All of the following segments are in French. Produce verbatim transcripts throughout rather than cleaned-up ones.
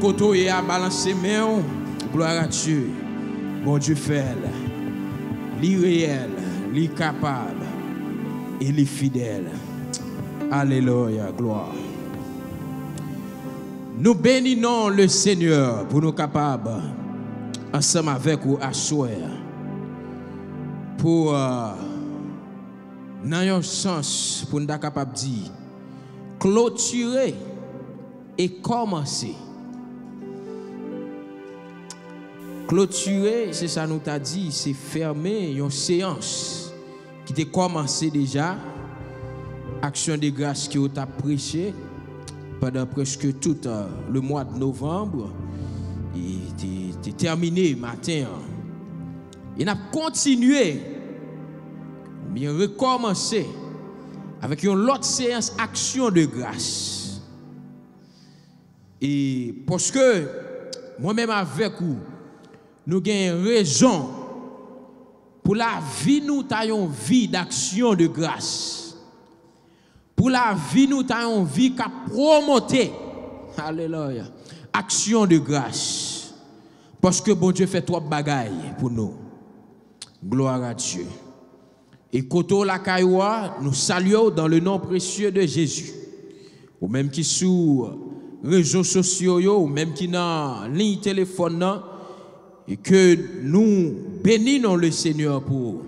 koto et à balancer main, gloire à Dieu. Bon Dieu fait, l'irréel, l'incapable et l'fidèle. Alléluia, gloire. Nous bénissons le Seigneur pour nous capables, ensemble avec vous, asseoir, pour, euh, dans un sens, pour nous être capables de dire, clôturer et commencer. Clôturer, c'est ça nous t'a dit, c'est fermer une séance qui a commencé déjà. Action de grâce qui a prêché pendant presque tout euh, le mois de novembre. Il était terminé matin. Il a continué, mais recommencé avec une autre séance action de grâce. Et parce que moi-même avec vous, nous avons raison pour la vie, nous avons une vie d'action de grâce. Pour la vie, nous avons une vie qui a promoté. Alléluia. Action de grâce. Parce que bon Dieu fait trois bagailles pour nous. Gloire à Dieu. Et Koto la Kaïwa, nous saluons dans le nom précieux de Jésus. Ou même qui sur réseaux sociaux, ou même qui dans ligne téléphone, et que nous bénissons le Seigneur pour.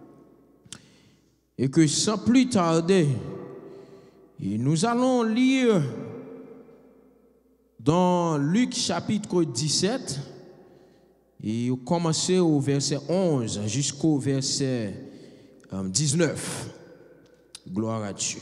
Et que sans plus tarder, et nous allons lire dans Luc chapitre dix-sept, et commencer au verset onze jusqu'au verset dix-neuf. Gloire à Dieu.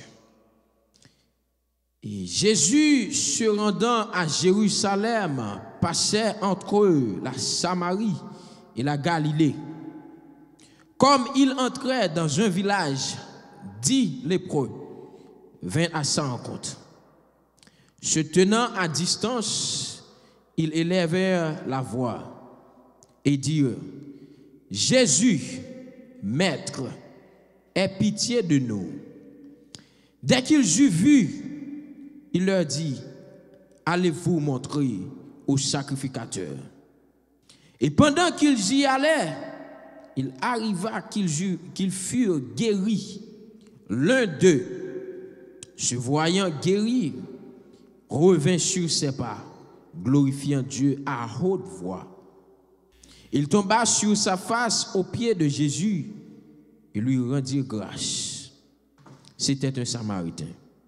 Et Jésus, se rendant à Jérusalem, passait entre la Samarie et la Galilée. Comme il entrait dans un village, dix lépreux vinrent à sa rencontre. Se tenant à distance, ils élevèrent la voix et dirent: Jésus, Maître, aie pitié de nous. Dès qu'ils eurent vu, il leur dit: allez-vous montrer au sacrificateur. Et pendant qu'ils y allaient, il arriva qu'ils qu'ils furent guéris. L'un d'eux, se voyant guéri, revint sur ses pas, glorifiant Dieu à haute voix. Il tomba sur sa face aux pieds de Jésus et lui rendit grâce. C'était un Samaritain.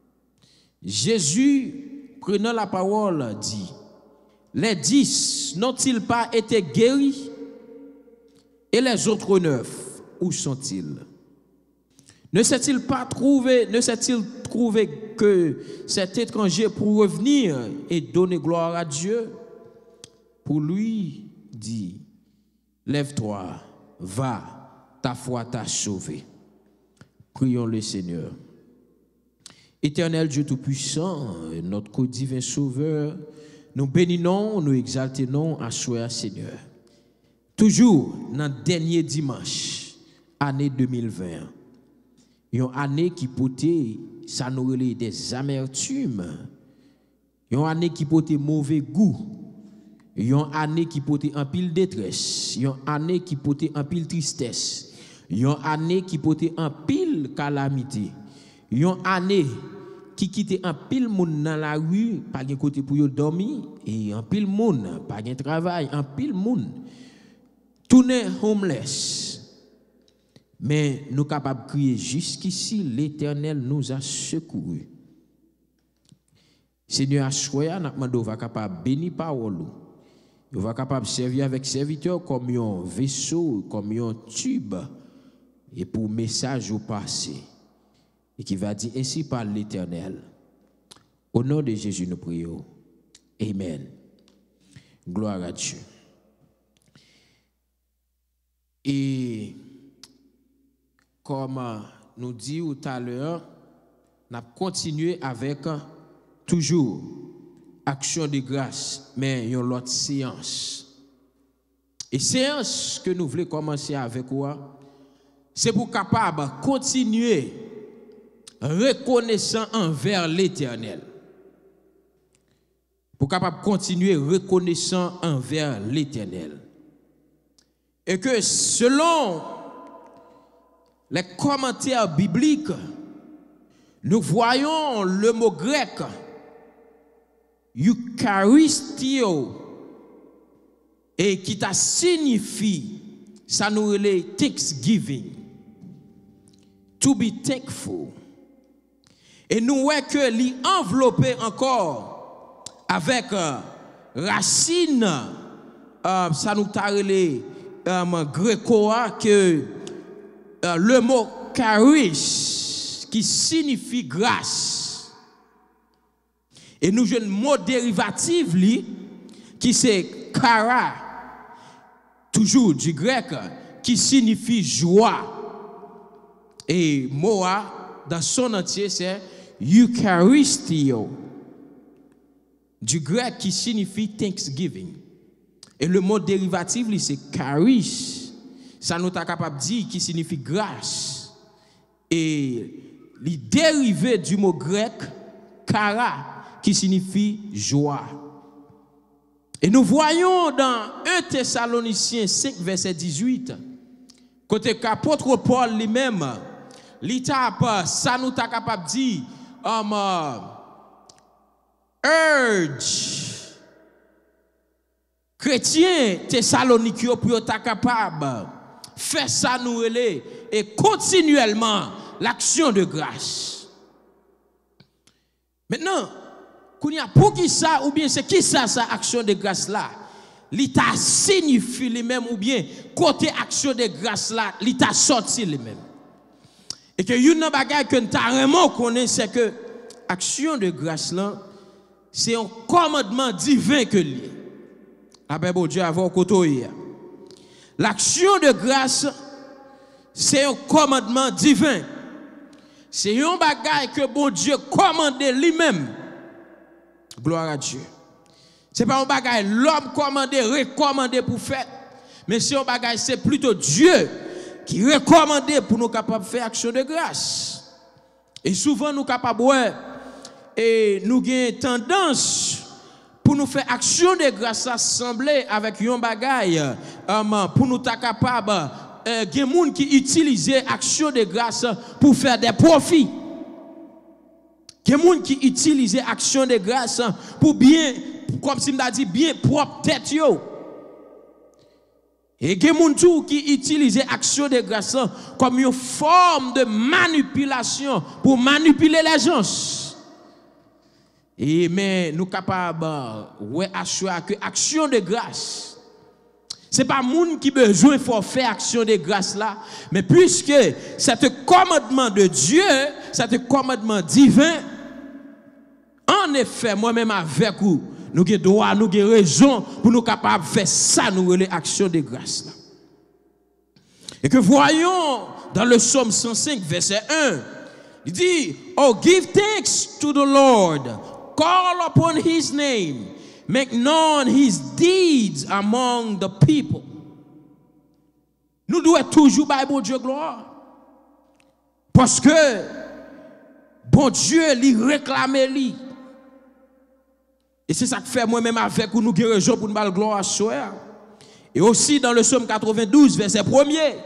Jésus, prenant la parole, dit: les dix n'ont-ils pas été guéris? Et les autres neuf, où sont-ils? Ne s'est-il pas trouvé, ne s'est-il trouvé que cet étranger pour revenir et donner gloire à Dieu? Pour lui, dit: lève-toi, va, ta foi t'a sauvé. Prions le Seigneur. Éternel Dieu Tout-Puissant, notre divin Sauveur, nous bénissons, nous exaltons à soi, Seigneur. Toujours dans le dernier dimanche, année deux mille vingt, une année qui portait, ça nous relève des amertumes, une année qui portait mauvais goût, une année qui portait un pile détresse, une année qui portait un pile tristesse, une année qui portait un pile calamité, une année qui quittait un pile monde dans la rue, pas de côté pour dormir, et un pile monde, pas de travail, un pile monde, tourné homeless. Mais nous sommes capables de crier: jusqu'ici, l'Éternel nous a secourus. Seigneur, à soi, nous sommes capables de bénir parole. Nous sommes capables de servir avec serviteur comme un vaisseau, comme un tube, et pour message au passé. Et qui va dire: ainsi parle l'Éternel. Au nom de Jésus, nous prions. Amen. Gloire à Dieu. Et comme nous dit tout à l'heure, nous avons continué avec toujours action de grâce, mais une autre séance. Et séance que nous voulons commencer avec quoi? C'est pour capable continuer reconnaissant envers l'Éternel. pour capable continuer reconnaissant envers l'Éternel. Et que selon les commentaires bibliques, nous voyons le mot grec Eucharistio et qui t'a signifie, ça nous relève thanksgiving, to be thankful. Et nous voyons que l'y enveloppé encore avec euh, racine, euh, ça nous t'a relève euh, grécois que euh, le mot charis qui signifie grâce. Et nous avons un mot dérivatif li, qui c'est chara, toujours du grec, qui signifie joie. Et moa, dans son entier, c'est Eucharistio, du grec qui signifie thanksgiving. Et le mot dérivatif, c'est charis. Ça nous est capable de dire qui signifie grâce. Et les dérivé du mot grec, chara, qui signifie joie. Et nous voyons dans un Thessaloniciens cinq, verset dix-huit, côté qu'apôtre Paul lui-même, l'étape, ça nous est capable de dire, um, uh, urge, chrétiens Thessaloniques pour être capable faire ça nous relais et continuellement l'action de grâce. Maintenant, pour qui ça, ou bien c'est qui ça, ça action de grâce là? L'état signifie lui-même, ou bien côté action de grâce là, l'état sorti lui-même. Et que une bagaille que nous vraiment connaît, c'est que action de grâce là, c'est un commandement divin que lié. La paix bon Dieu avant côté. L'action de grâce, c'est un commandement divin. C'est un bagaille que bon Dieu commande lui-même. Gloire à Dieu. Ce n'est pas un bagage l'homme commandé, recommandé pour faire, mais c'est un bagage, c'est plutôt Dieu qui recommande pour nous capables de faire action de grâce. Et souvent nous capables, ouais, et nous avons tendance pour nous faire action de grâce à sembler avec un bagage um, pour nous être capables, il y a des gens qui utilisent action de grâce pour faire des profits. Il y a des gens qui utilisent action de grâce pour bien, comme si m'a dit, bien propre tête yo. Et il y a des gens qui utilisent action de grâce comme une forme de manipulation pour manipuler les gens. Et mais nous sommes capables ouais assurer que action de grâce, ce n'est pas monde qui a besoin de faire action de grâce là, mais puisque c'est un commandement de Dieu, c'est un commandement divin. En effet, moi-même avec vous, nous avons droit, nous avons raison pour nous capables de faire ça, nous relais action de grâce là. Et que voyons dans le psaume cent cinq, verset un, il dit, oh, give thanks to the Lord, call upon his name, make known his deeds among the people. Nous devons toujours bailler bon Dieu gloire. Parce que bon Dieu lui réclame lui. Et c'est ça que fait moi-même avec nous nous raison pour nous bailler gloire à soi. Et aussi dans le psaume quatre-vingt-douze, verset premier.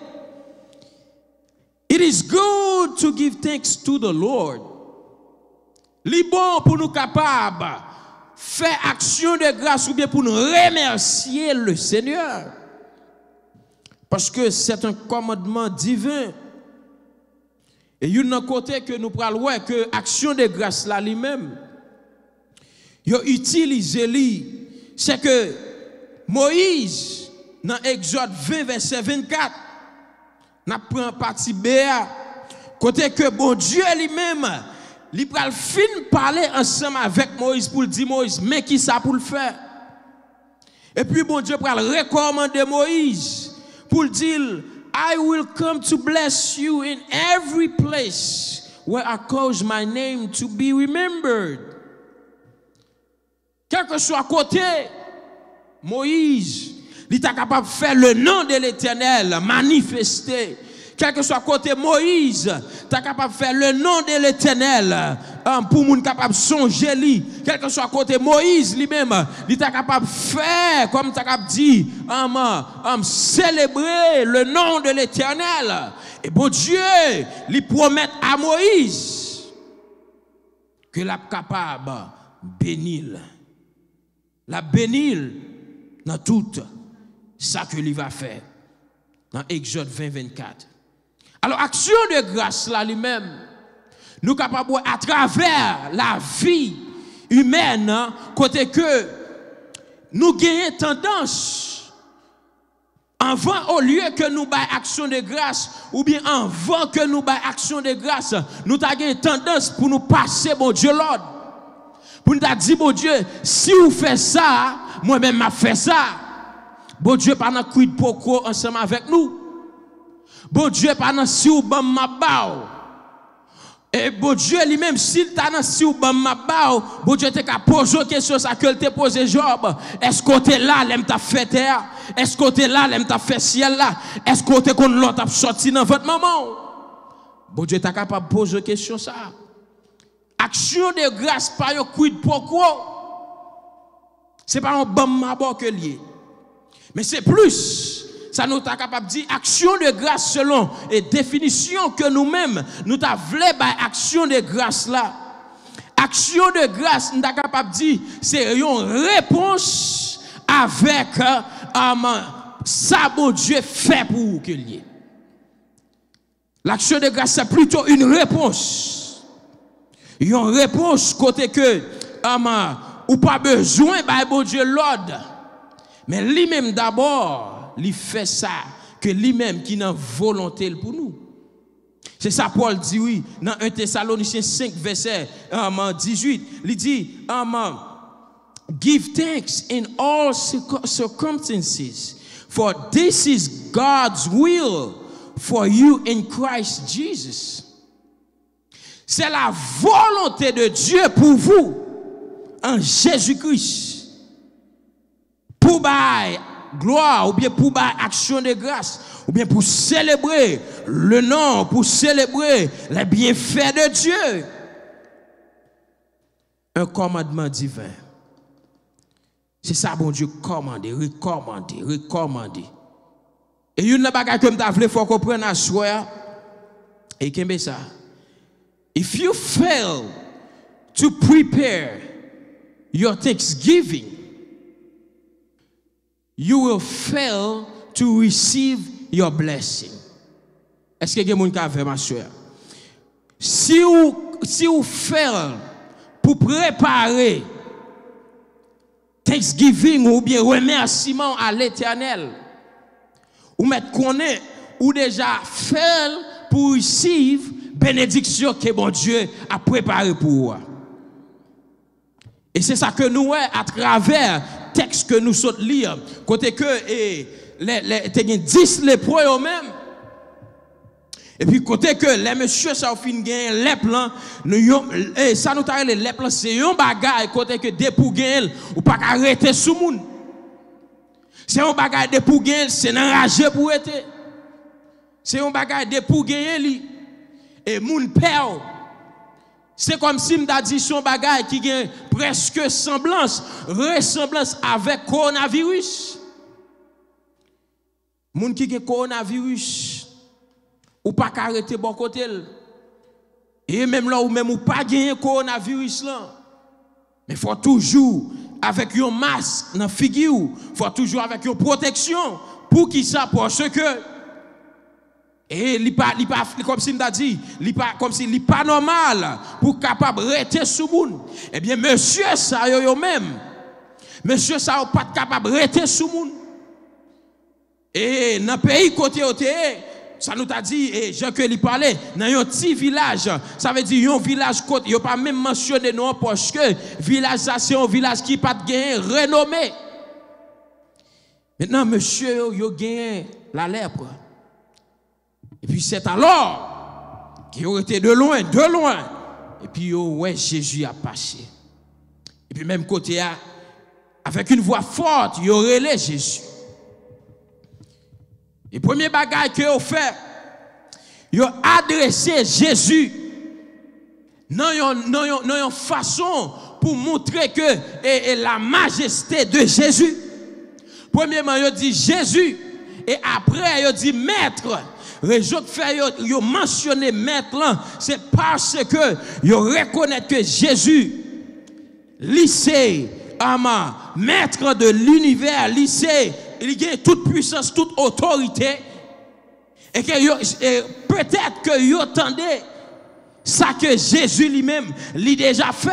It is good to give thanks to the Lord. Li bon pour nous capables faire action de grâce ou bien pour nous remercier le Seigneur. Parce que c'est un commandement divin. Et il y a un côté que nous parlons que action de grâce là lui-même, il a utilisé lui, c'est que Moïse, dans Exode vingt, verset vingt-quatre, n'a pris un parti B A, côté que bon Dieu lui-même, il pral fin parler ensemble avec Moïse pour dire Moïse, mais qui ça pour le faire? Et puis bon Dieu pral recommander Moïse pour dire, I will come to bless you in every place where I cause my name to be remembered. Quel que soit côté, Moïse, il est capable de faire le nom de l'Éternel manifester. Quel que soit côté Moïse, tu es capable de faire le nom de l'Éternel um, pour moun capable songer li, quel que soit côté Moïse lui-même, il était capable de faire, comme tu as dit, um, um, célébrer le nom de l'Éternel. Et bon Dieu, lui promet à Moïse que l'a capable bénir. La bénir dans tout ça que lui va faire. Dans Exode vingt, vingt-quatre. Alors, action de grâce là lui-même, nous sommes capables à travers la vie humaine, côté que nous gagnons tendance, avant au lieu que nous baillons action de grâce, ou bien avant que nous baillons action de grâce, nous avons tendance pour nous passer, bon Dieu, l'ordre. Pour nous dire, bon Dieu, si vous faites ça, moi-même, je fais ça. Bon Dieu, pendant que vous beaucoup ensemble avec nous. Bon Dieu, pendant si vous bam ma bao. Et bon Dieu lui-même, s'il t'a dans si vous bam ma bao, bon Dieu t'a posé une question ça que t'a posé Job. Est-ce que t'es là, l'aime t'a fait terre? Est-ce que t'es là, l'aime t'a fait ciel là? Est-ce que t'es qu'on l'autre t'a sorti dans votre maman? Bon Dieu t'a capable de poser une question ça. Action de grâce par un quid pourquoi? C'est pas un bam ma bao que lié. Mais c'est plus, ça nous est capable de dire action de grâce selon et définition que nous-mêmes, nous voulons action de grâce là. Action de grâce, nous sommes capables de dire, c'est une réponse avec um, ça, bon Dieu fait pour vous que lié. L'action de grâce, c'est plutôt une réponse. Une réponse côté que, um, ou pas besoin, bah, bon Dieu, l'ordre. Mais lui-même d'abord, il fait ça, que lui-même qui n'a volonté pour nous. C'est ça Paul dit, oui, dans un Thessaloniciens cinq, verset um, dix-huit, il dit, um, give thanks in all circumstances, for this is God's will for you in Christ Jesus. C'est la volonté de Dieu pour vous en Jésus-Christ. Pour bailler gloire, ou bien pour bailler action de grâce, ou bien pour célébrer le nom, pour célébrer les bienfaits de Dieu. Un commandement divin. C'est ça, bon Dieu, commander, recommander, recommander. Et une bagage que je voulais faut comprendre à soi, et qu'est-ce ça? If you fail to prepare your Thanksgiving, you will fail to receive your blessing. Est-ce que quelqu'un qui a fait ma soeur? Si vous, si vous faites pour préparer Thanksgiving ou bien remerciement à l'Éternel, ou mettre connaît ou déjà fait pour receiver bénédiction que bon Dieu a préparé pour vous. Et c'est ça que nous à travers texte que nous sautons lire, côté que et les les dix les points eux-mêmes. Et puis côté que les messieurs ça fin gagne les plans, nous et ça nous t'a les plans c'est un bagage côté que des pour gagner ou pas arrêter sous monde. C'est un bagage de pour gagner, c'est enragé pour être. C'est un bagage de pour gagner li. Et moun perd. C'est comme si m'da dit son bagage qui a presque semblance, ressemblance avec coronavirus. Moun qui a coronavirus, ou pas arrêter bon côté. Et même là, ou même ou pas gagner coronavirus là. Mais faut toujours avec un masque dans la figure, faut toujours avec une protection. Pour qui ça? Parce que et li pas li pas comme si m'a dit, li pas comme si li pas normal pour capable rester sous moun. Eh bien monsieur ça yo, yo même. Monsieur ça pas capable rester sous moun. Et dans pays côté côté ça nous t'a dit et Jean que li parlait dans un petit village, ça veut dire un village côté, yo pas même mentionné non parce que village ça c'est un village qui pas de renommé. Maintenant monsieur yo, yo gagne la lèpre. Et puis c'est alors qu'il aurait été de loin, de loin. Et puis ouais, Jésus a passé. Et puis même côté avec une voix forte, il aurait les Jésus. Et premier bagage que vous fait, il a adressé Jésus non une façon pour montrer que et, et la majesté de Jésus. Premièrement, il dit Jésus et après il dit maître. Raison que fait yo mentionner maître, c'est parce que yo reconnaît que Jésus lycée ama maître de l'univers, lycée, il a toute puissance, toute autorité et que peut-être que yo entendez ça que Jésus lui-même l'a déjà fait.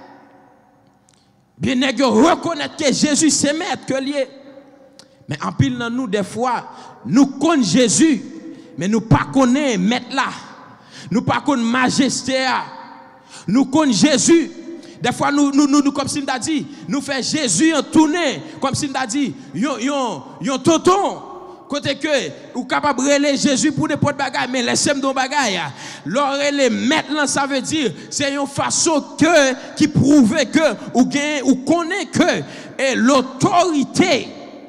Bien que reconnaître que Jésus c'est maître que lié. Mais en pile dans nous des fois nous connaissons Jésus mais nous pas connaissons maître là. Nous pas connaissons majesté là. Nous connaissons Jésus. Des fois nous nous nous, nous comme si nous dit nous fait Jésus en tourner comme si nous dit yon yon yon tonton côté que ou capable relayer Jésus pour n'importe bagaille mais laissez-moi don bagaille l'oreille maintenant ça veut dire c'est une façon que qui prouve que ou gain ou connaît que et l'autorité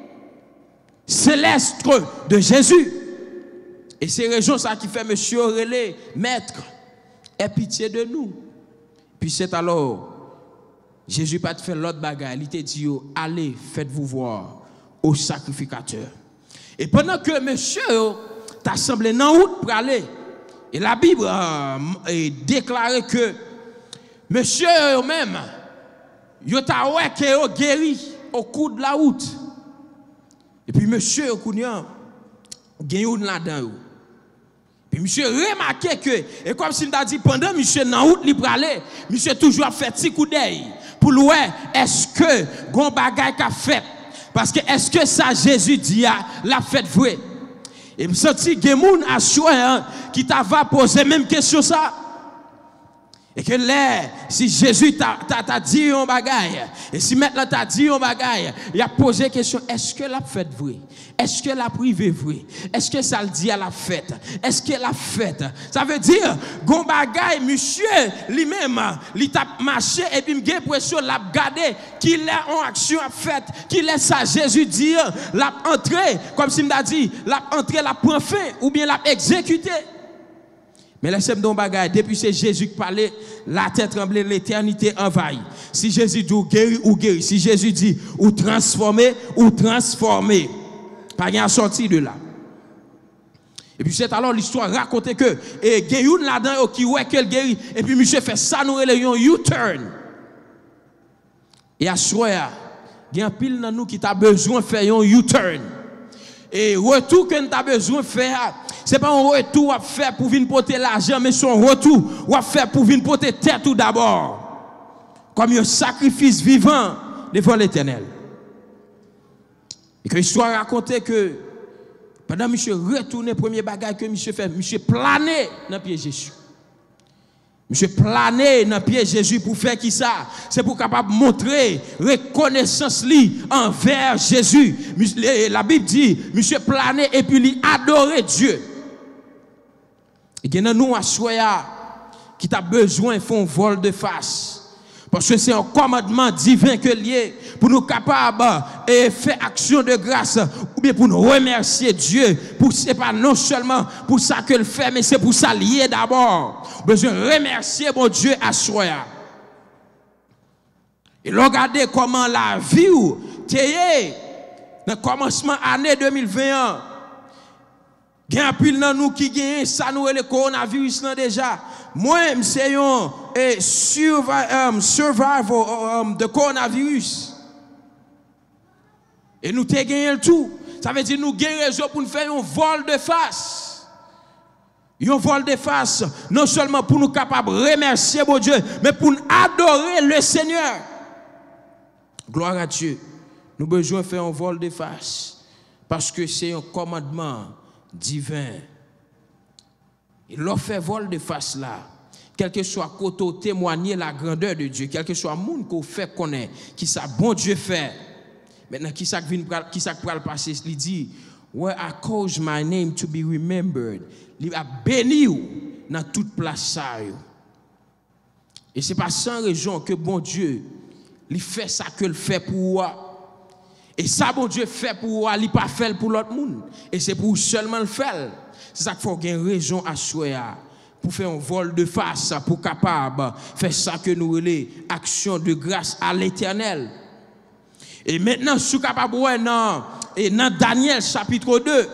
céleste de Jésus et c'est raison ça qui fait monsieur Aurélie maître aie pitié de nous puis c'est alors Jésus pas fait l'autre bagaille il te dit allez faites-vous voir au sacrificateur. Et pendant que monsieur t'a semblé dans route pour aller, et la Bible a euh, déclaré que monsieur même, il t'a ouais que guéri au cours de la route. Et puis monsieur au kounya gagne là-dedans. Puis monsieur remarqué que et comme si t'a dit pendant monsieur dans route il pour aller, monsieur toujours fait petit coup d'œil pour voir est-ce que gon bagay qu'a fait. Parce que est-ce que ça Jésus dit a la fête vrai? Et me senti que moun assuré qui t'a va poser même question ça. Et que là si Jésus t'a t'a dit un bagaille et si maintenant t'a dit un bagaille, il a posé question est-ce que la fête vrai? Est-ce que la privé vrai? Est-ce que ça le dit à la fête? Est-ce que la fête? Ça veut dire gon bagaille monsieur lui-même, il t'a marché et puis m'gè pression l'a regarder qu'il a en action à fait, qu'il laisse ça Jésus dire l'a entré comme si m'a dit l'a entré la prend fin ou bien l'a exécuté. Mais laissez-moi donc bagaille depuis c'est Jésus qui parlait la tête tremblée l'éternité envahie. Si Jésus dit ou guéri ou guéri, si Jésus dit ou transformer ou transformer. Pas rien sorti de là. Et puis c'est alors l'histoire racontait que et Guéyoun là-dedans qui ouais qu'elle guérit et puis monsieur fait ça nous les un U-turn. Et à soir, il y a un pile dans nous qui t'a besoin de faire un U-turn. Et retour que tu as besoin de faire, c'est pas un retour à faire pour venir porter l'argent mais son retour à faire pour venir porter tête tout d'abord. Comme un sacrifice vivant devant l'Éternel. Et que l'histoire racontait que pendant que monsieur retourné premier bagage que monsieur fait, monsieur plané dans pied Jésus. Monsieur plané dans pied Jésus pour faire qui ça? C'est pour capable montrer reconnaissance li envers Jésus. La Bible dit monsieur plané et puis lui adorer Dieu. Et que nous à soya qui t'a besoin font un vol de face. Parce que c'est un commandement divin que lié pour nous capables de faire action de grâce ou bien pour nous remercier Dieu pour c'est pas non seulement pour ça que le fait mais c'est pour ça lié d'abord. Besoin remercier mon Dieu à soi. Et regardez comment la vie ou t'es dans commencement année deux mille vingt et un. Il y a un pile dans nous qui gagne ça nous le coronavirus là déjà. Moi c'est un et survival um, de coronavirus. Et nous t'ai gagné le tout. Ça veut dire nous gagnons raison pour nous faire un vol de face. Un vol de face non seulement pour nous capables de remercier mon Dieu, mais pour nous adorer le Seigneur. Gloire à Dieu. Nous avons besoin de faire un vol de face parce que c'est un commandement divin. Et l'on fait vol de face là, quel que soit côté témoigner la grandeur de Dieu, quel que soit monde qu'on fait connaître, qui ça bon Dieu fait. Maintenant qui ça vient qui ça pour le passer, il dit where I cause my name to be remembered. Il a béni dans toute place ça. Et c'est pas sans raison que bon Dieu il fait ça que le fait pour moi. Et ça, bon Dieu fait pour moi, il pas fait pour l'autre monde. Et c'est pour seulement le faire. C'est ça qu'il faut qu'il y ait raison à soi pour faire un vol de face, pour capable faire ça que nous relais action de grâce à l'Éternel. Et maintenant, je suis capable dans, et dans Daniel chapitre deux.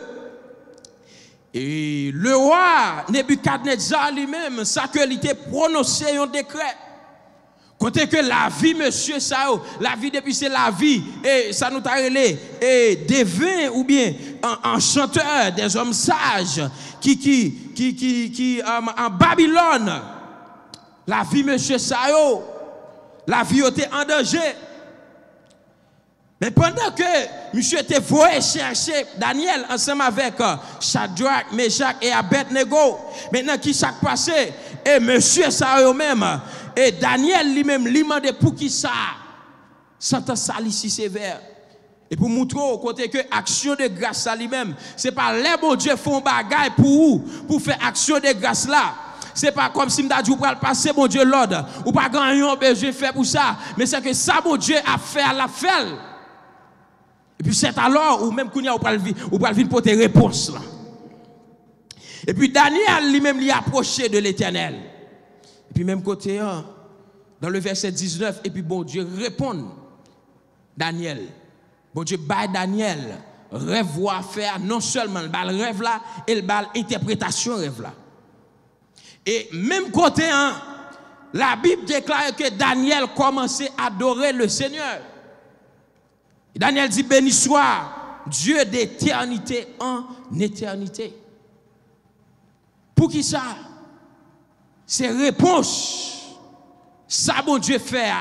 Et le roi Nebuchadnezzar lui-même, ça que il était prononcé un décret. Côté que la vie, monsieur Sao, la vie depuis c'est la vie, et ça nous t'a relé, et des vins ou bien un, un chanteur, des hommes sages, qui, qui, qui, qui, qui um, en Babylone, la vie, monsieur Sao, la vie était en danger. Mais pendant que monsieur était voué chercher Daniel ensemble avec Shadrach, Meshach et Abednego, maintenant qui s'est passé, et monsieur Sao même, et Daniel lui-même lui demandait pour qui ça, sentence ça ici sévère. Et pour montrer au côté que action de grâce à lui-même, c'est pas les bon Dieu font bagaille pour vous, pour faire action de grâce là. C'est pas comme si m'd'a dit ou pral passer bon Dieu l'ordre, ou pas grand yon besoin faire pour ça, mais c'est que ça bon Dieu a fait à la fait. Et puis c'est alors ou même qu'on y a ou pral ou pral venir pour tes réponses là. Et puis Daniel lui-même lui approché de l'Éternel. Et puis même côté hein, dans le verset dix-neuf, et puis bon Dieu répond Daniel. Bon Dieu bail Daniel rêve à faire non seulement le bal rêve là et le bal interprétation rêve là. Et même côté hein, la Bible déclare que Daniel commençait à adorer le Seigneur. Et Daniel dit béni soit Dieu d'éternité en éternité. Pour qui ça? C'est réponse. Ça, bon Dieu fait.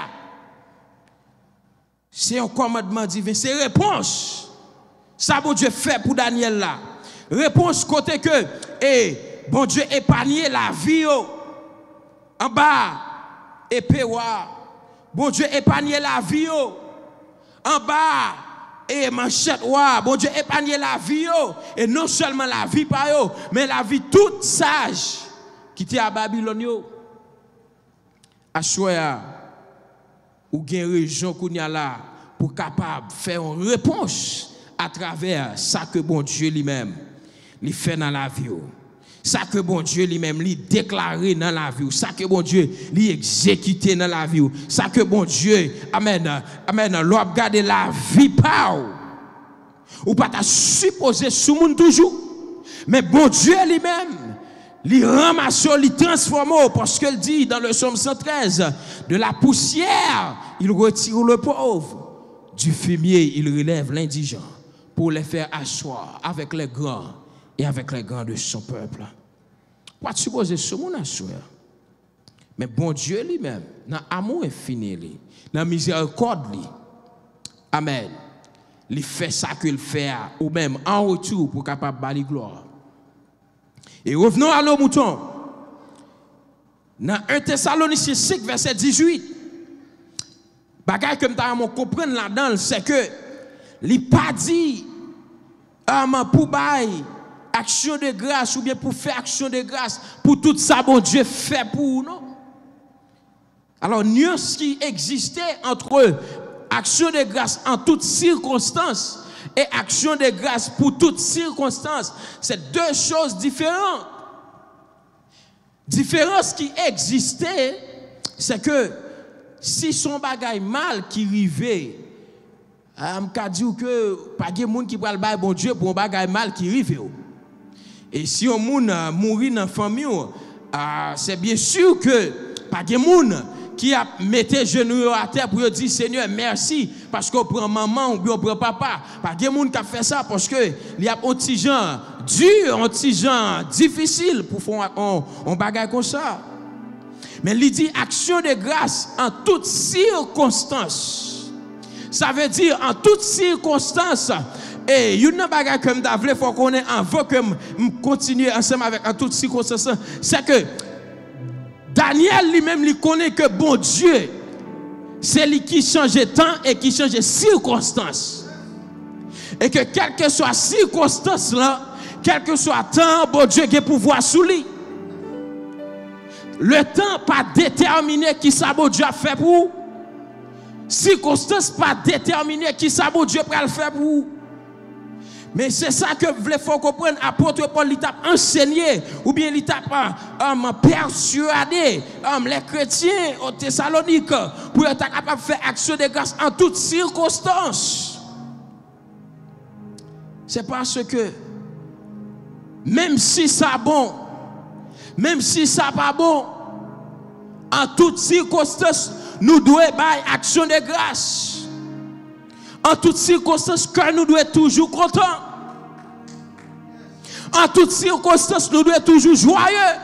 C'est un commandement divin. C'est réponse. Ça, bon Dieu fait pour Daniel là. Réponse côté que, et bon Dieu épargné la vie en bas, et péwa. Bon Dieu épargné la vie en bas, et manchette wa. Bon Dieu épargné la vie et non seulement la vie par yo, mais la vie toute sage. Qui était à Babylone, à choya ou gen région qu'on y a là pour capable faire une réponse à travers ça que bon Dieu lui-même lui fait dans la vie. Ça que bon Dieu lui-même lui déclaré dans la vie. Ça que bon Dieu lui exécuté dans la vie. Ça que bon Dieu, amen, amen, l'on regarde la vie par ou pas ta supposé sous monde toujours. Mais bon Dieu lui-même il ramasse, il transforme, parce qu'elle dit dans le psaume cent treize, de la poussière, il retire le pauvre. Du fumier, il relève l'indigent pour les faire asseoir avec les grands et avec les grands de son peuple. Pas de supposer ce monde asseoir. Mais bon Dieu lui-même, dans l'amour infini, dans la miséricorde, amen, il fait ça qu'il fait, ou même en retour pour capable de gloire. Et revenons à nos moutons. Dans un Thessaloniciens cinq, verset dix-huit, bagaille que nous comprendre là-dedans, c'est que il pas dit um, pour bailler action de grâce ou bien pour faire action de grâce pour tout ça, bon Dieu fait pour nous. Alors, nuance qui existait entre action de grâce en toutes circonstances et action de grâce pour toutes circonstances, c'est deux choses différentes. Différence qui existait, c'est que si son bagage mal qui arrivait, je peux dire que pas de monde qui va le bail bon Dieu pour un bagage mal qui arrive. Et si un monde mourit dans la famille, c'est bien sûr que pas de monde qui a mis genoux à terre pour dire Seigneur merci parce qu'on prend maman ou bien on prend papa. Pas de monde qui a fait ça parce que il y a un petit gens dur, un petit gens difficile pour faire un, un bagage comme ça. Mais il dit action de grâce en toutes circonstances. Ça veut dire en toutes circonstances. Et il y a un bagage comme David, il faut qu'on ait avant que je continue ensemble avec en toutes circonstances. C'est que Daniel lui-même lui connaît que bon Dieu, c'est lui qui change le temps et qui change les circonstances. Et que quelle que soit la circonstance là, quel que soit le temps, bon Dieu a pouvoir sous lui. Le temps pas déterminé qui ça bon Dieu a fait pour vous. Circonstance pas déterminé qui ça bon Dieu peut le faire pour vous. Mais c'est ça que vous voulez faut comprendre. Apôtre Paul, il t'a enseigné, ou bien il t'a um, persuadé um, les chrétiens au Thessalonique pour être capable de faire action de grâce en toutes circonstances. C'est parce que, même si ça bon, même si ça pas bon, en toutes circonstances, nous devons faire action de grâce. En toutes circonstances, que nous devons être toujours contents. En toutes circonstances, nous devons être toujours joyeux.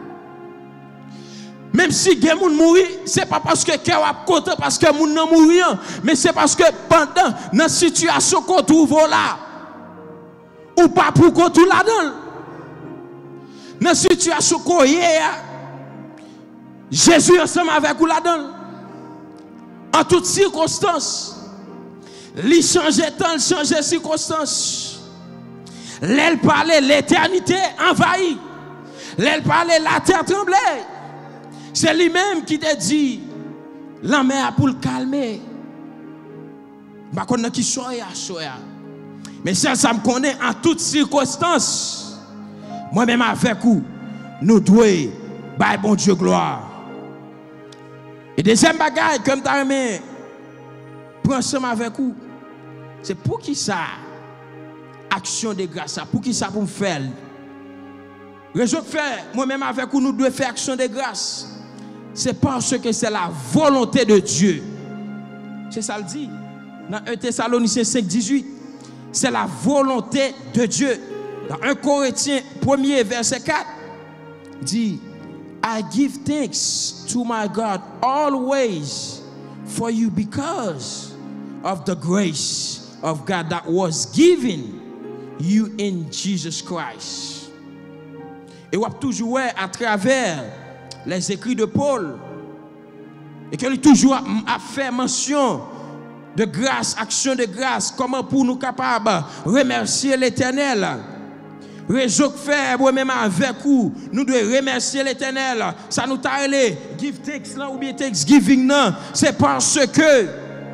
Même si les gens mourent, ce n'est pas parce que cœur est content, parce que les gens ne mourent, mais c'est parce que pendant la situation qu'on trouve là, ou pas pour qu'on trouve là-dedans, dans la situation qu'on y est, Jésus ensemble avec vous là-dedans. En toutes circonstances. Il changeait temps, il changeait circonstances. L'elle parlait, l'éternité envahie. L'elle parlait, la terre tremblait. C'est lui-même qui t'a dit, la mer pour le calmer. Bah qu'on a qui soya, soya. Mais ça, ça me connaît en toutes circonstances. Moi-même avec vous, nous devons, bah bon Dieu gloire. Et deuxième bagaille, comme t'as aimé, prends ensemble avec vous. C'est pour qui ça? Action de grâce. Pour qui ça pour me faire? Raison de faire, moi-même avec vous, nous devons faire action de grâce. C'est parce que c'est la volonté de Dieu. C'est ça le dit. Dans un Thessaloniciens cinq, dix-huit. C'est la volonté de Dieu. Dans un Corinthiens premier, verset quatre. Dit, I give thanks to my God always for you because of the grace of God that was given you in Jesus Christ. Et on a toujours à travers les écrits de Paul et qu'il toujours a fait mention de grâce, action de grâce, comment pour nous capables de remercier l'Éternel. Raison que faire, moi-même avec vous, nous devons remercier l'Éternel. Ça nous t'a allé, give thanks là ou bien thanksgiving là, c'est parce que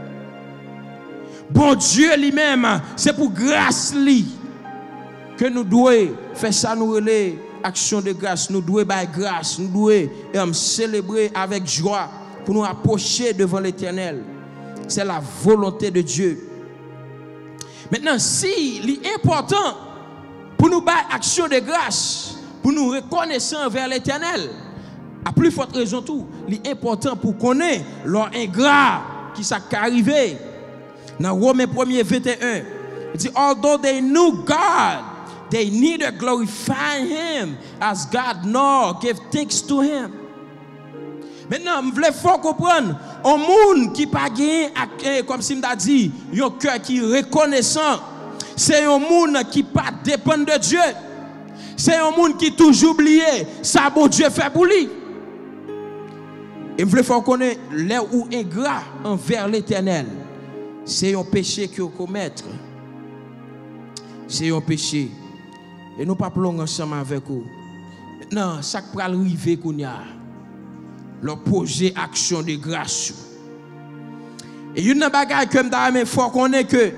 bon Dieu lui-même, c'est pour grâce lui que nous devons faire ça, nous relais action de grâce, nous devons faire grâce, nous devons um, célébrer avec joie pour nous approcher devant l'Éternel. C'est la volonté de Dieu. Maintenant, si l'important pour nous faire action de grâce, pour nous reconnaître vers l'Éternel, à plus forte raison tout, l'important pour connaître leur ingrat qui s'est arrivé. Dans Romains un, vingt et un, il dit, although they knew God, they neither glorify Him as God nor give thanks to Him. Maintenant, je voulais faut comprendre, un monde qui pas gagné, comme si m'a dit, un cœur qui est reconnaissant, c'est un monde qui pas dépend de Dieu. C'est un monde qui toujours oublié, ça bon Dieu fait pour lui. Et je voulais faut connaître là où ingrat envers l'Éternel. C'est un péché que vous commettez. C'est un péché. Et nous pas plongons ensemble avec vous. Maintenant, ça peut arriver qu'on y a. Leur projet action de grâce. Et une bagaille comme ça, il faut qu'on ait que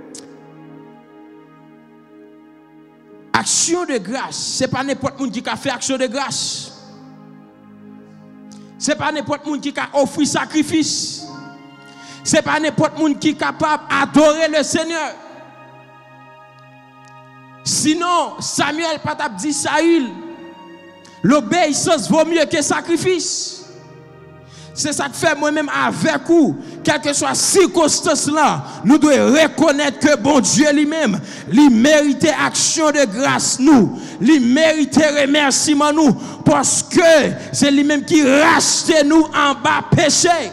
action de grâce, ce n'est pas n'importe qui qui a fait action de grâce. Ce n'est pas n'importe qui qui a offert sacrifice. Ce n'est pas n'importe qui est capable d'adorer le Seigneur. Sinon, Samuel pas t'a dit Saül, l'obéissance vaut mieux que le sacrifice. C'est ça que fait moi-même avec vous, quelle que soit la circonstance là, nous devons reconnaître que bon Dieu lui-même, lui mérite action de grâce nous, lui mérite remerciement nous, parce que c'est lui-même qui rachète nous en bas péché.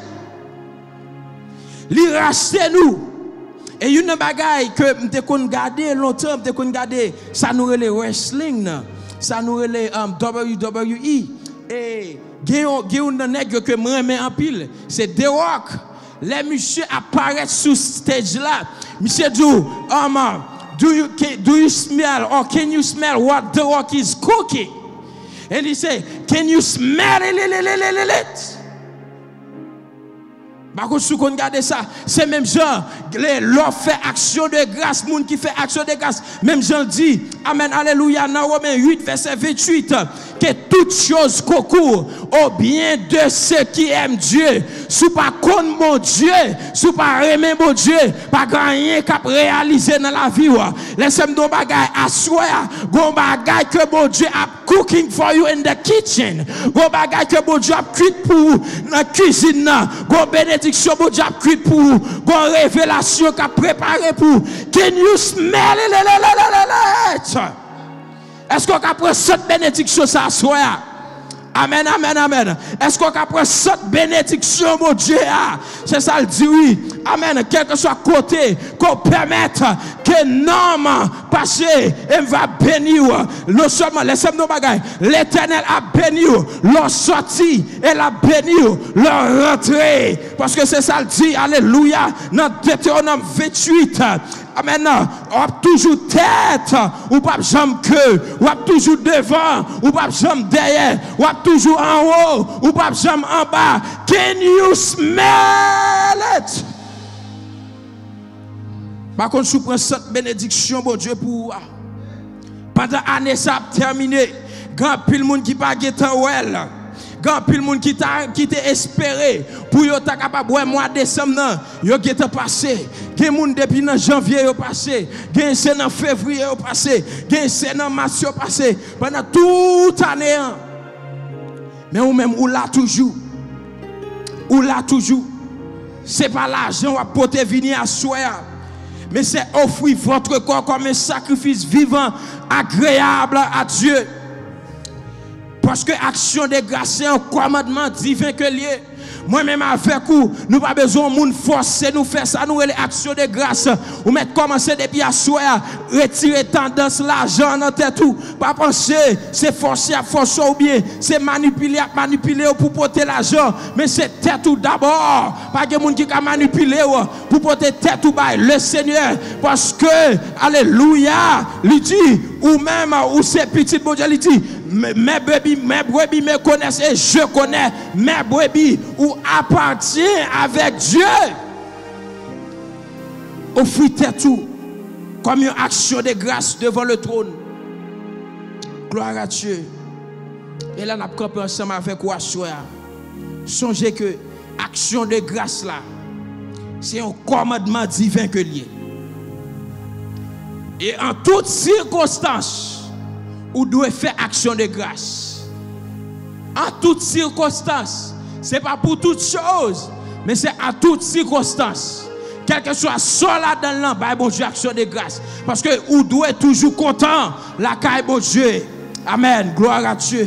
Lui rachète nous. Et une bagaille que m'te kon garder longtemps, m'te kon garder, ça nous relève wrestling, ça nous relève um, W W E. Et Géon un nègre que moi j'aime en pile, c'est The Rock. Les monsieur apparaissent sur stage là. Monsieur dit, um, do you do you smell or can you smell what The Rock is cooking? And he say, can you smell it? Par contre, si vous regardez ça, c'est même gens, l'on fait action de grâce, monde qui fait action de grâce. Même gens dit, Amen, Alléluia, dans Romains huit, verset vingt-huit, que toute chose concourt au bien de ceux qui aiment Dieu. Si pas contre mon Dieu, si pas aimer mon Dieu, pas rien qu'à réaliser dans la vie. Laissez-moi don bagay assoya, gon bagay que mon Dieu a cooking for you in the kitchen. Gon bagay que mon Dieu a cuit pour vous dans la cuisine. Gon bénédiction mon Dieu a cuit pour vous. Gon révélation qu'a préparé pour vous. Can you smell it? Est-ce qu'on a pris cette bénédiction ça soya? Amen, amen, amen. Est-ce qu'on a pris cette bénédiction, mon Dieu? C'est ça le dit, oui. Amen. Quel que soit côté, qu'on permette que l'homme passe et va bénir. Non seulement, laissez-moi nos bagailles. L'Éternel a béni, leur sortie et la béni, leur rentrée. Parce que c'est ça le dit, alléluia, dans Deutéronome vingt-huit. Amen. On a toujours tête, ou pas jambe queue, ou a toujours devant, ou pas jambe derrière, ou a toujours en haut, ou pas jambe en bas. Can you smell it? Par contre, si vous prenez cette bénédiction, bon Dieu, pour pendant l'année, ça a terminé. Grand pile monde qui pas guetté well. Grand pile monde qui t'a qui t'a espéré pour yo ta capable mois décembre nan yo gete passé gen monde depuis dans janvier yo passé gen c'est dans février yo passé gen c'est dans mars yo passé pendant toute année mais ou même ou là toujours ou là toujours c'est pas l'argent ou porter venir à soi mais c'est offrir votre corps comme un sacrifice vivant agréable à Dieu. Parce que action de grâce, c'est un commandement divin que lié. Moi-même avec vous, nous pas besoin de monde forcer nous faire ça, nous les actions de grâce. Ou mettre commencer depuis à soir, retirer tendance l'argent dans tête tout. Pas penser, c'est forcer à forcer ou bien, c'est manipuler à manipuler pour porter l'argent, mais c'est tête tout d'abord. Pas de monde qui a manipulé pour porter tête tout bas le Seigneur parce que alléluia, il dit ou même ou c'est petit bon Dieu il dit mes brebis, mes brebis me connaissent et je connais mes brebis ou appartient avec Dieu. Offrez tout comme une action de grâce devant le trône. Gloire à Dieu. Et là, nous avons campé ensemble avec vous. Songez que action de grâce là, c'est un commandement divin que lié. Et en toutes circonstances, vous devez faire action de grâce. En toutes circonstances. Ce n'est pas pour toutes choses, mais c'est en toutes circonstances. Quel que soit cela dans l'an, bah, bon Dieu, action de grâce. Parce que vous devez être toujours content, la caille, bon Dieu. Amen. Gloire à Dieu.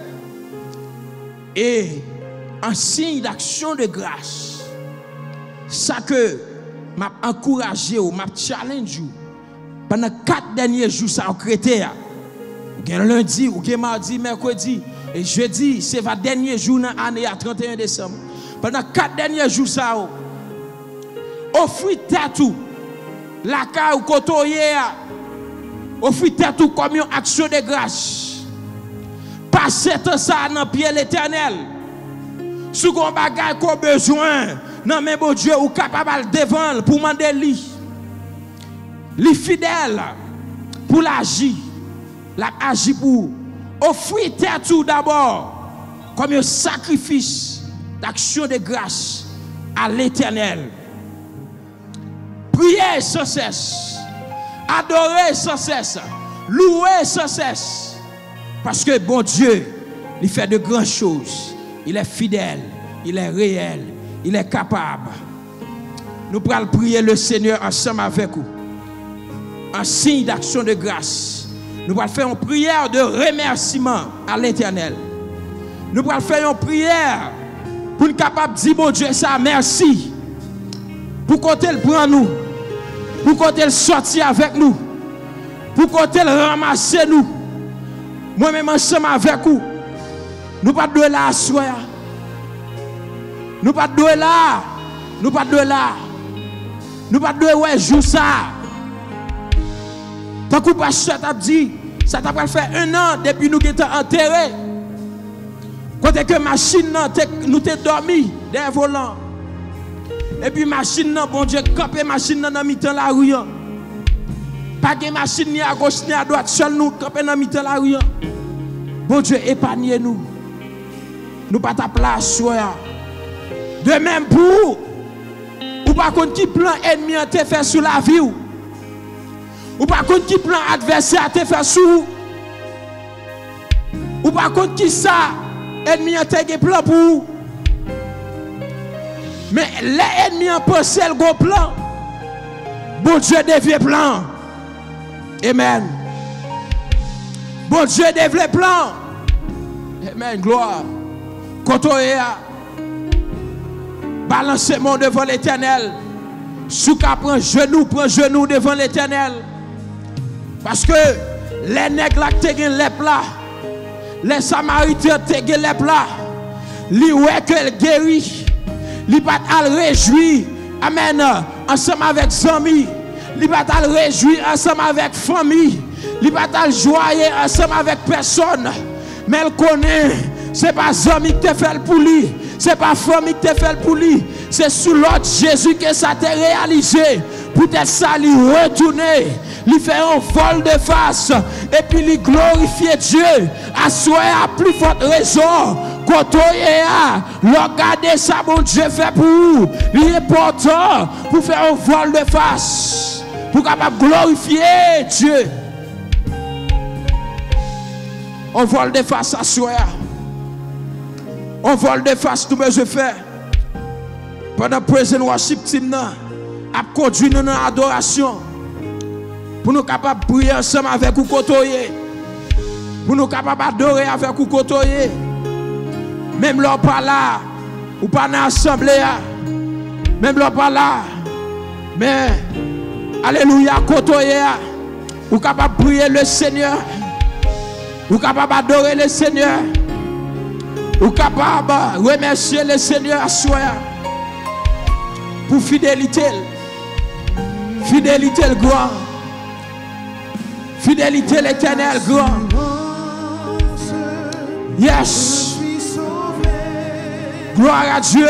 Et en signe d'action de grâce, ça que m'a encouragé ou m'a challenge pendant quatre derniers jours, ça a créé. Ou lundi, ou mardi, mercredi, et jeudi, c'est votre dernier jour dans l'année à trente et un décembre. Pendant quatre derniers jours, ça offrez tout. La caille ou kotoye, offrez tout comme une action de grâce. Passez tout ça dans le pied l'Éternel. Si vous avez bagage qu'on besoin, non mais bon Dieu, ou capable de devant pour demander lui. Lui fidèle pour l'agir. La agir pour offrir tout d'abord comme un sacrifice d'action de grâce à l'Éternel. Priez sans cesse, adorer sans cesse, louer sans cesse. Parce que bon Dieu, il fait de grandes choses. Il est fidèle, il est réel, il est capable. Nous allons prier le Seigneur ensemble avec vous. En signe d'action de grâce. Nous allons faire une prière de remerciement à l'Éternel. Nous allons faire une prière pour être capable de dire, bon Dieu, ça, merci. Pour qu'on te prenne nous. Pour qu'on te sortir avec nous. Pour qu'on te ramasse nous. Moi-même ensemble avec vous. Nous pas de là à soi. Nous pas de là. Nous pas de là. Nous pas de ouais, joue ça. Tant que pasteur t'a dit, ça t'a fait un an depuis nous qui étions enterrés. Quand que machine nous t'es dormi derrière volant. Et puis machine nan bon Dieu camper machine nan dans mi-temps la rue. Pas de machine ni à gauche ni à droite, seul nous camper dans mi-temps la rue. Bon Dieu épargnez nous. Nous pas ta place soya. De même pour ou pas contre qui plan ennemi te fait sur la vie ou. Ou pas contre qui plan adversaire te fait sur ou pas contre qui ça ennemi te plan pour. Mais les ennemis ont pensé le gros plan. Bon Dieu devient plan. Amen. Bon Dieu devient plan. Amen. Gloire. Quand on est à balancez-moi devant l'Éternel. Sous qu'à prendre genou, prend genou devant l'Éternel. Parce que les nègres là qui ont les plats, les Samaritains qui ont les plats, ils voient qu'elle guérit. Li pas al réjouir, amen, ensemble avec amis. Li pas al réjouir ensemble avec famille. Li pas al joyer ensemble avec personne. Mais elle connaît, c'est pas amis qui te fait pour lui, c'est pas famille qui te fait pour lui, c'est sous l'autre Jésus que ça t'est réalisé. Peut-être ça lui retourner, lui faire un vol de face et puis lui glorifier Dieu. Assoyer à plus forte raison. Quand on est là, regardez ça, mon Dieu fait pour vous. Il est important pour faire un vol de face, pour capable glorifier Dieu. On vole de face à soi. On vole de face tout je fais. Pendant présent worship team a conduit nous dans l'adoration. Pour nous capables de prier ensemble avec vous côtoyer. Pour nous capables d'adorer avec vous côtoyer. Même là pas là, ou pas dans l'assemblée, même là pas là, mais alléluia, côtoyer, ou capable de prier le Seigneur, ou capable d'adorer le Seigneur, ou capable de remercier le Seigneur à soi pour fidélité, fidélité le grand, fidélité l'éternel grand. Yes. Gloire à Dieu.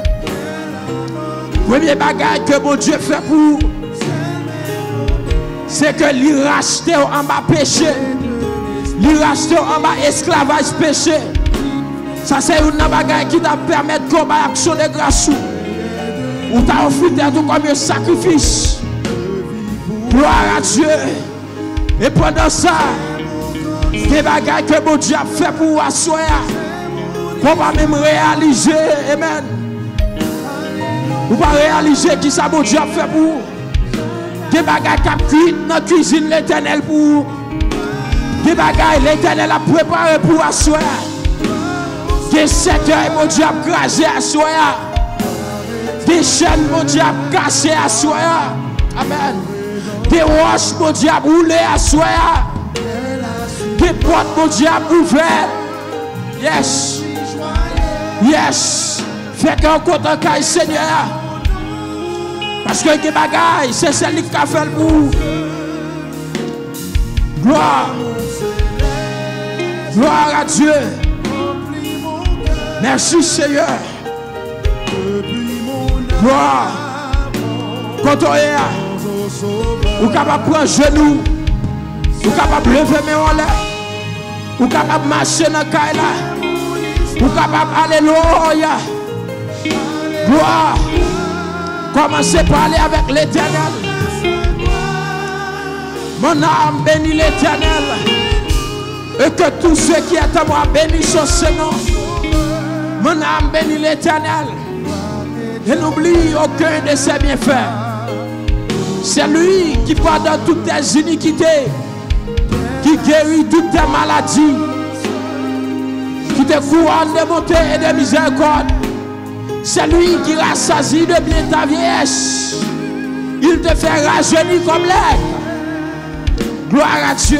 Premier bagage que mon Dieu fait pour c'est que lui racheter en bas péché. Lui racheter en bas esclavage péché. Ça c'est une bagage qui t'a permis de combattre l'action de grâce. Ou t'a offert tout comme un sacrifice. Gloire à Dieu. Et pendant ça, des bagages que mon Dieu a fait pour asseoir. On va même réaliser, amen. On va réaliser qui ça bon Dieu a fait pour vous. Des bagages qui a cuit dans la cuisine l'éternel pour vous. Des bagages l'éternel a préparé pour asseoir. Des secteurs mon Dieu a crasé asseoir. Des chaînes mon Dieu a cassé asseoir. Amen. Des roches mon Dieu a roulé asseoir. Des portes mon Dieu a ouvert. Yes. Yes, fait qu'on compte en caille Seigneur. Parce que les bagailles, c'est celle qui a fait le bout. Gloire. Gloire à Dieu. Merci Seigneur. Gloire. Quand on est là, vous êtes capable de prendre genou. Vous êtes capable de lever mes mains là. Vous êtes capable de marcher dans la caille là. Vous êtes capable alléluia. Gloire. Commencez par aller avec l'Éternel. Mon âme bénit l'Éternel. Et que tous ceux qui est à moi bénissent son nom. Mon âme bénit l'Éternel. Et n'oublie aucun de ses bienfaits. C'est lui qui pardonne toutes tes iniquités, qui guérit toutes tes maladies, qui te couronne de bonté et de miséricorde. C'est lui qui rassasie de bien ta vieillesse. Il te fait rajeunir comme l'aigle. Gloire à Dieu.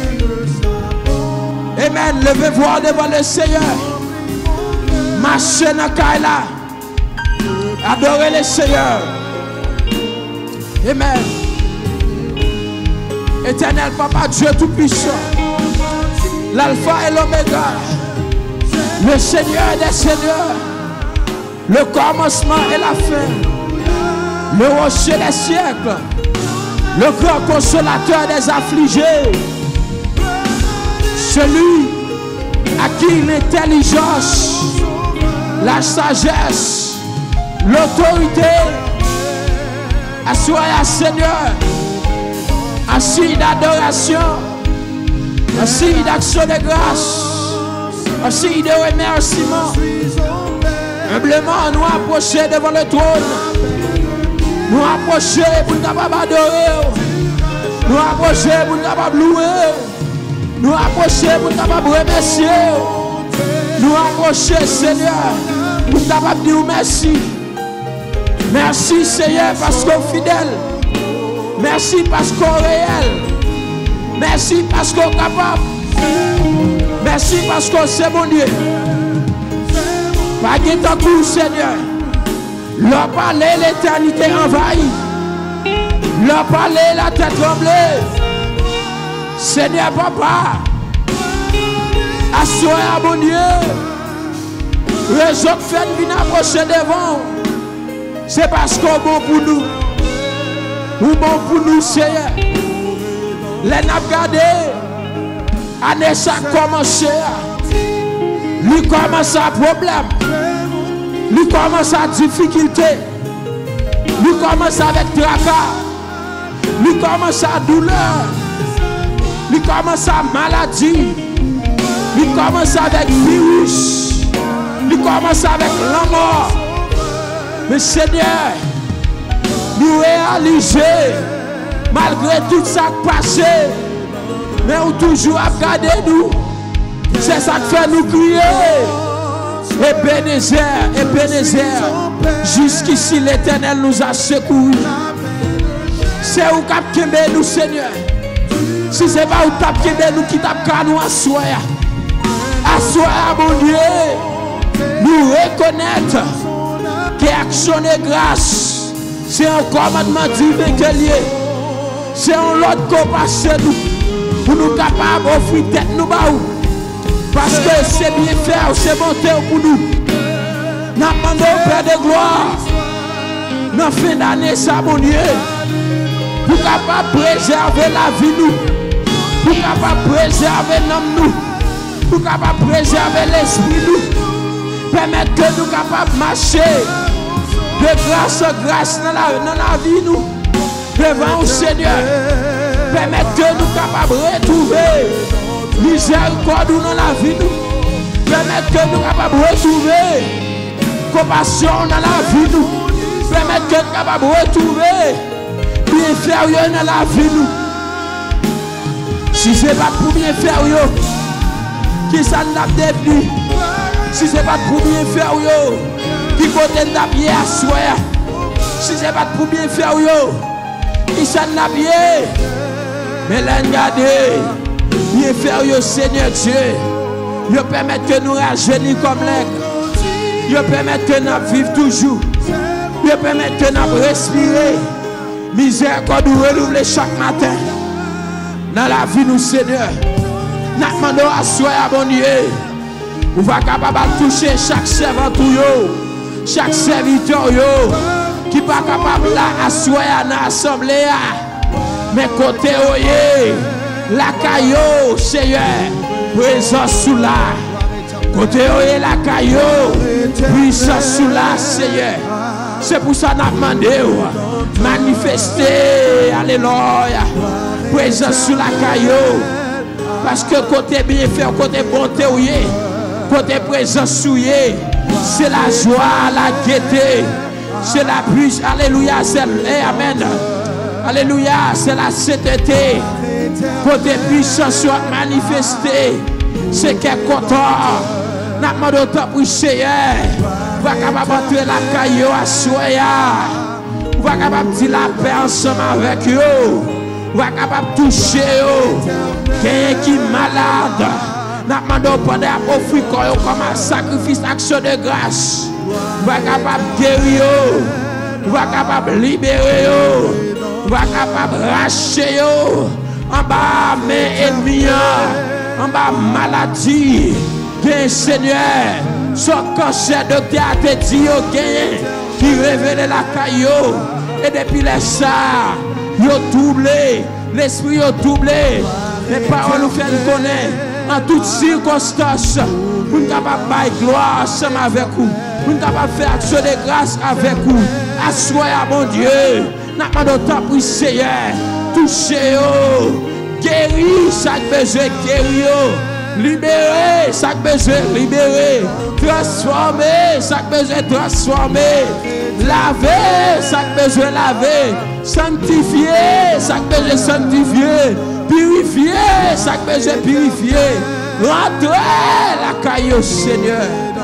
Amen. Levez-vous devant le Seigneur. Marchez dans la caille là. Adorez le Seigneur. Amen. Éternel Papa Dieu Tout-Puissant, l'Alpha et l'Oméga, le Seigneur des Seigneurs, le commencement et la fin. le rocher des siècles, le grand consolateur des affligés, celui à qui l'intelligence, la sagesse, l'autorité, assoya Seigneur, un signe d'adoration, un signe d'action de grâce, un signe de remerciement. Humblement, nous approcher devant le trône, nous approcher pour nous capables d'adorer, nous approcher pour nous capables de louer, nous approcher pour nous capables de remercier, nous approcher Seigneur pour nous capables de dire merci. Merci Seigneur parce qu'on est fidèle. Merci parce qu'on est réel. Merci parce qu'on est capable. Merci parce qu'on est bon Dieu. Pas de temps Seigneur. Leur parler l'éternité envahie. Leur parler la tête tremblée. Seigneur Papa. Assoyez à bon Dieu. Raison que fait venir approcher devant. C'est parce qu'on est bon pour nous. Ou bon pour nous, Seigneur. Les n'a gardé. Année ça commence. Lui commence à problème. Lui commence à difficulté. Lui commence avec tracas. Lui commence à douleur. Lui commence à maladie. Lui commence avec virus. Lui commence avec la mort. Mais Seigneur, nous réaliser, malgré tout ça qui passé, mais on toujours à garder nous. C'est ça qui fait nous crier. Ebenezer, Ebenezer, jusqu'ici l'Éternel nous a secourus. C'est où qui a nous, Seigneur. Si ce n'est pas où qui a nous qui t'a nous assoya. Assoya, mon Dieu, nous reconnaître que action de grâce, c'est un commandement divin que lié. C'est un lot qu'on passe nous. Pour nous capables d'offrir tête nous baou. Parce que c'est bien faire, c'est monter pour nous. Nous demandons au Père de gloire. Dans la fin d'année, ça, mon Dieu. Pour capable préserver la vie nous. Pour capable préserver l'homme nous. Pour capable préserver l'esprit nous. Permettre que nous capables de marcher de grâce en grâce dans la, dans la vie nous. Devant le Seigneur. Permettre que nous capables de retrouver miséricorde dans la vie nous. Permettre que nous capables de retrouver compassion dans la vie nous. Permettre que nous capables de retrouver bienfaiteur dans la vie nous. Si ce n'est pas pour bienfaiteur, qui ça n'a pas devenu? Si ce n'est pas pour bienfaiteur, qui côté n'a bien à soi? Si ce n'est pas pour bienfaiteur, qui ça n'a bien? Mais là, regardez, bien faire au Seigneur Dieu. Il permet que nous rajeunir comme l'aigle. Il permet que nous vivions toujours. Il permet que nous respirions. Miséricorde nous renouveler chaque matin. Dans la vie, nous, Seigneur. Nous demandons à soi, à bon Dieu. Nous va capable de toucher chaque servant, chaque serviteur qui n'est pas capable là à soi dans l'assemblée. Mais côté oye, la caillou, Seigneur, présence sous là. Côté oye, la caillou, puissance sous là, Seigneur. C'est pour ça que nous demandons, manifester, alléluia, présence sous la caillou. Parce que côté bien fait, côté bonté oye, côté présence sous yé, c'est la joie, la gaieté, c'est la puissance, alléluia, c'est amen. Alléluia, c'est la sainteté. Côté puissance soit manifestée. C'est qu'un content. N'a pas de temps pour Seigneur. Va capable entrer la caillou à soya. Va capable dire la paix ensemble avec eux. Va capable toucher eux. Quelqu'un qui est malade. N'a pas de temps offrir comme un sacrifice, action de grâce. Va capable guérir eux. Va capable libérer eux. Va capable racher yo en bas mes ennemis, en bas maladie. Bien Seigneur, son cancer docteur a te dit yo gain qui révèle la caillou Et depuis les ça, ils ont doublé. L'esprit a doublé. Les paroles nous font connaître en toutes circonstances. Pour nous capables de faire gloire ensemble avec vous. Pour nous capables de faire action de grâce avec vous. Assoyez à mon Dieu. N'a pas de temps pour Seigneur. Touchez-vous. Guéris chaque besoin, guéris. Libérez chaque besoin, libérez. Transformez chaque besoin, transformez. Lavez chaque besoin, lavez. Sanctifiez chaque besoin, sanctifier. Purifiez chaque besoin, purifier. Rentrez la caille au Seigneur.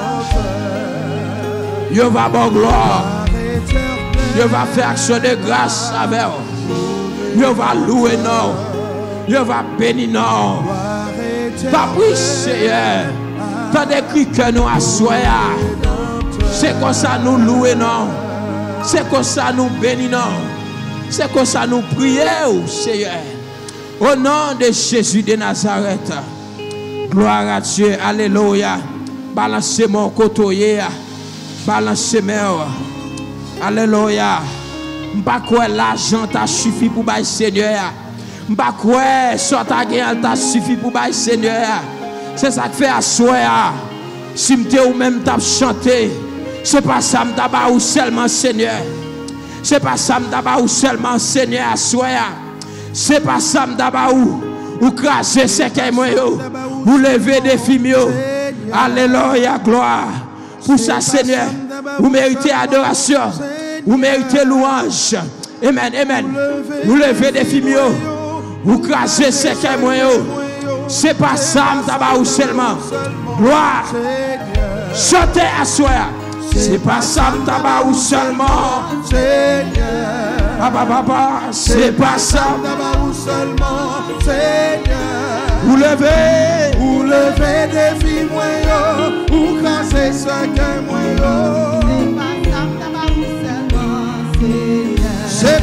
Dieu va bon gloire. Dieu va faire action de grâce avec vous. Dieu va louer nous. Dieu va bénir nous. Pas pris Seigneur. T'as décrit que nous assoyons. C'est comme ça nous louer non. C'est comme ça nous bénir non. C'est comme ça nous prier Seigneur. Au nom de Jésus de Nazareth. Gloire à Dieu. Alléluia. Balancez mon côté. Balancez moi. Alléluia. M'pas quoi l'argent t'a suffi pour bailler Seigneur. M'pas quoi soit ta gain t'a suffi pour bailler Seigneur. C'est ça qui fait asseoir. Si m'te ou même t'a chanté, c'est pas ça m't'a ba ou seulement Seigneur. C'est pas ça m't'a ba ou seulement Seigneur asseoir. C'est pas ça m't'a ba ou ou craser c'est moi yo. Ou lever des filles. Alléluia gloire. Pour ça Seigneur, vous méritez adoration. Vous méritez louange. Amen, amen. Vous levez des filles. Vous crasez ce qui est moi. C'est pas ça, ou seulement. Gloire. Chantez à soi. C'est pas ça, ou seulement. Papa, papa. C'est pas ça, ou seulement. Vous levez. Vous levez des filles. Vous crasez ce qui est moi.